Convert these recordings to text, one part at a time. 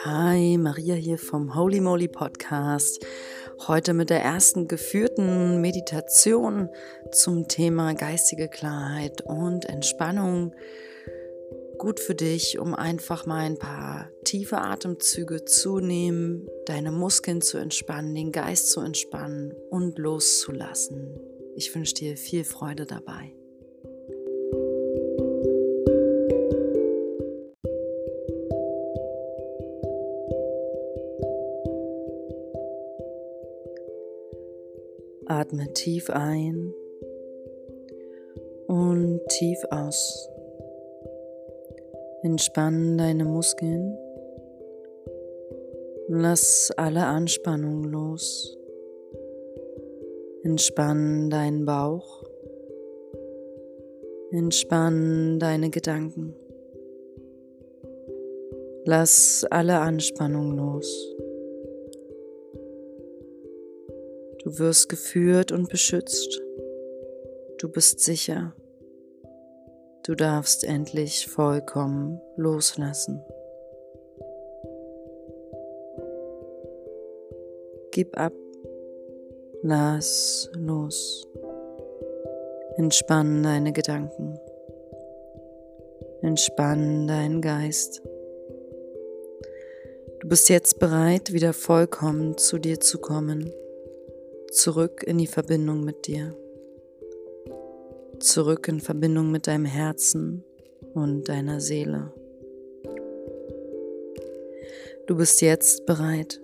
Hi, Maria hier vom Holy Moly Podcast. Heute mit der ersten geführten Meditation zum Thema geistige Klarheit und Entspannung. Gut für dich, um einfach mal ein paar tiefe Atemzüge zu nehmen, deine Muskeln zu entspannen, den Geist zu entspannen und loszulassen. Ich wünsche dir viel Freude dabei. Atme tief ein und tief aus. Entspann deine Muskeln. Lass alle Anspannung los. Entspann deinen Bauch. Entspann deine Gedanken. Lass alle Anspannung los. Du wirst geführt und beschützt. Du bist sicher. Du darfst endlich vollkommen loslassen. Gib ab. Lass los. Entspann deine Gedanken. Entspann deinen Geist. Du bist jetzt bereit, wieder vollkommen zu dir zu kommen. Zurück in die Verbindung mit dir. Zurück in Verbindung mit deinem Herzen und deiner Seele. Du bist jetzt bereit.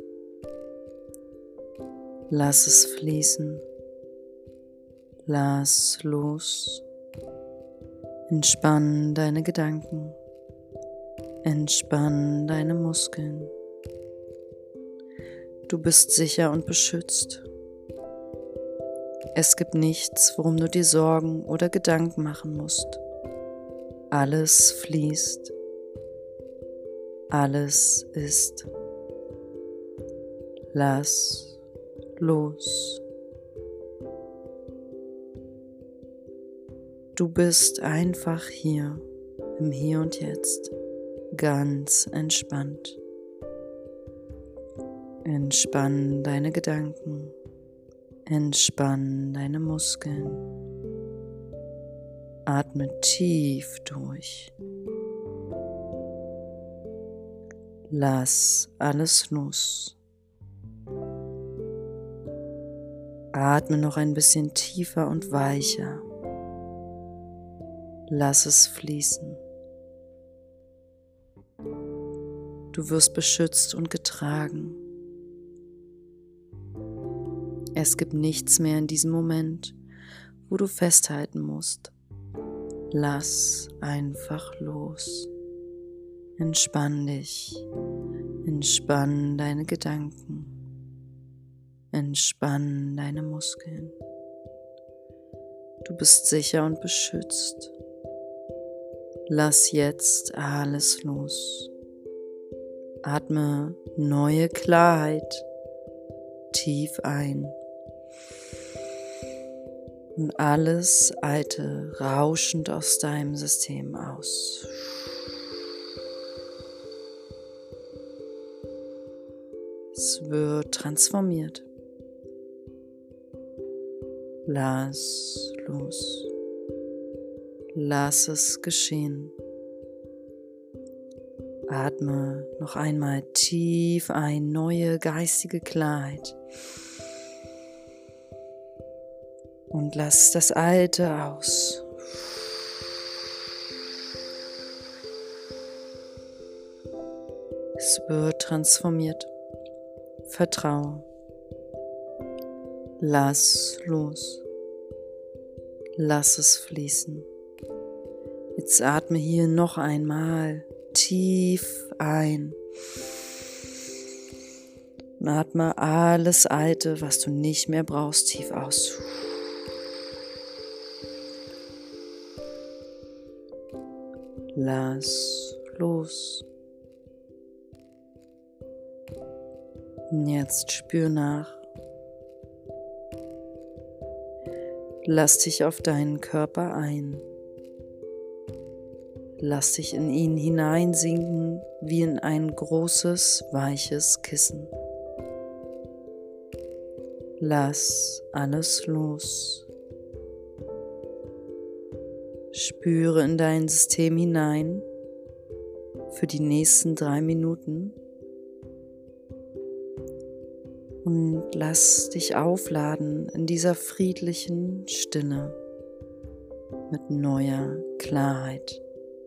Lass es fließen. Lass los. Entspann deine Gedanken. Entspann deine Muskeln. Du bist sicher und beschützt. Es gibt nichts, worum du dir Sorgen oder Gedanken machen musst. Alles fließt. Alles ist. Lass los. Du bist einfach hier, im Hier und Jetzt, ganz entspannt. Entspann deine Gedanken. Entspann deine Muskeln. Atme tief durch. Lass alles los. Atme noch ein bisschen tiefer und weicher. Lass es fließen. Du wirst beschützt und getragen. Es gibt nichts mehr in diesem Moment, wo du festhalten musst. Lass einfach los. Entspann dich. Entspann deine Gedanken. Entspann deine Muskeln. Du bist sicher und beschützt. Lass jetzt alles los. Atme neue Klarheit tief ein. Und alles Alte rauschend aus deinem System aus. Es wird transformiert. Lass los. Lass es geschehen. Atme noch einmal tief ein, neue geistige Klarheit. Und lass das Alte aus. Es wird transformiert. Vertraue. Lass los. Lass es fließen. Jetzt atme hier noch einmal tief ein. Und atme alles Alte, was du nicht mehr brauchst, tief aus. Lass los. Und jetzt spür nach. Lass dich auf deinen Körper ein. Lass dich in ihn hineinsinken wie in ein großes, weiches Kissen. Lass alles los. Spüre in dein System hinein für die nächsten 3 Minuten und lass dich aufladen in dieser friedlichen Stille mit neuer Klarheit.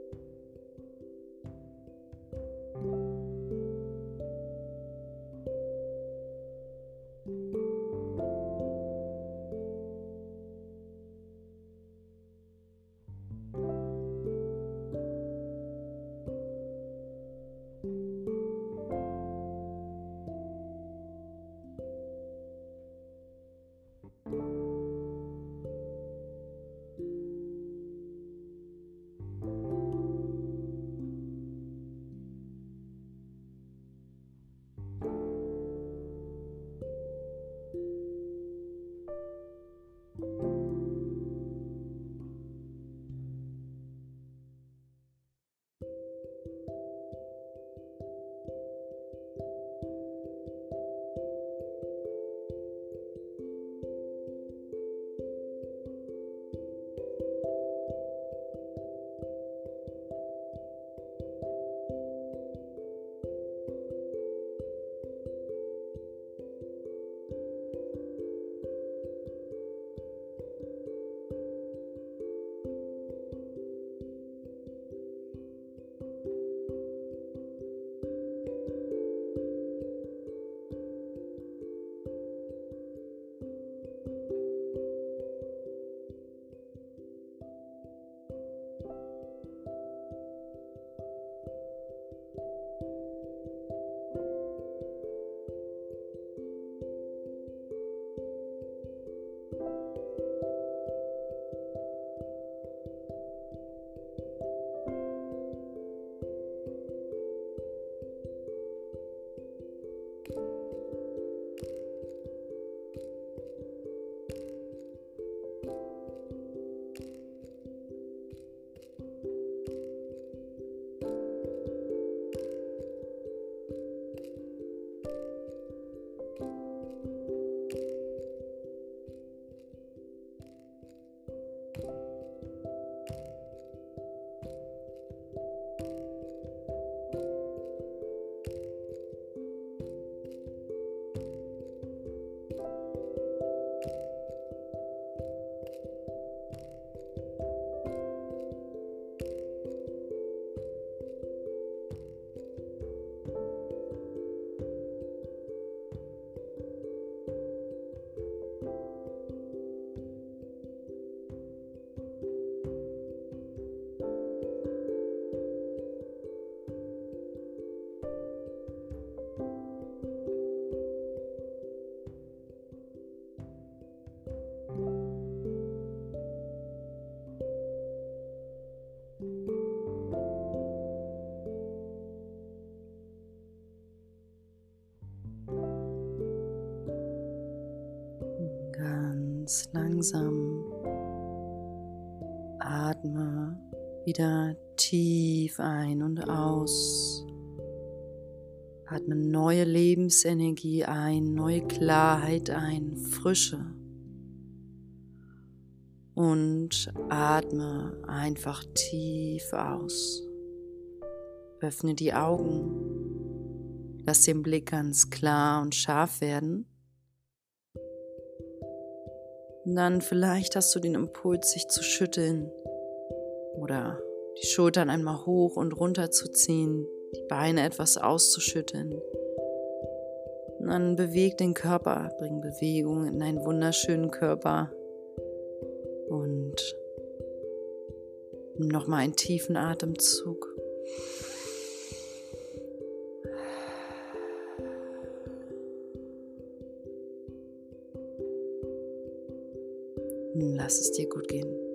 Ganz langsam atme wieder tief ein und aus. Atme neue Lebensenergie ein, neue Klarheit ein, Frische. Und atme einfach tief aus. Öffne die Augen. Lass den Blick ganz klar und scharf werden. Und dann vielleicht hast du den Impuls, sich zu schütteln oder die Schultern einmal hoch und runter zu ziehen, die Beine etwas auszuschütteln. Und dann beweg den Körper, bring Bewegung in einen wunderschönen Körper und nimm nochmal einen tiefen Atemzug. Lass es dir gut gehen.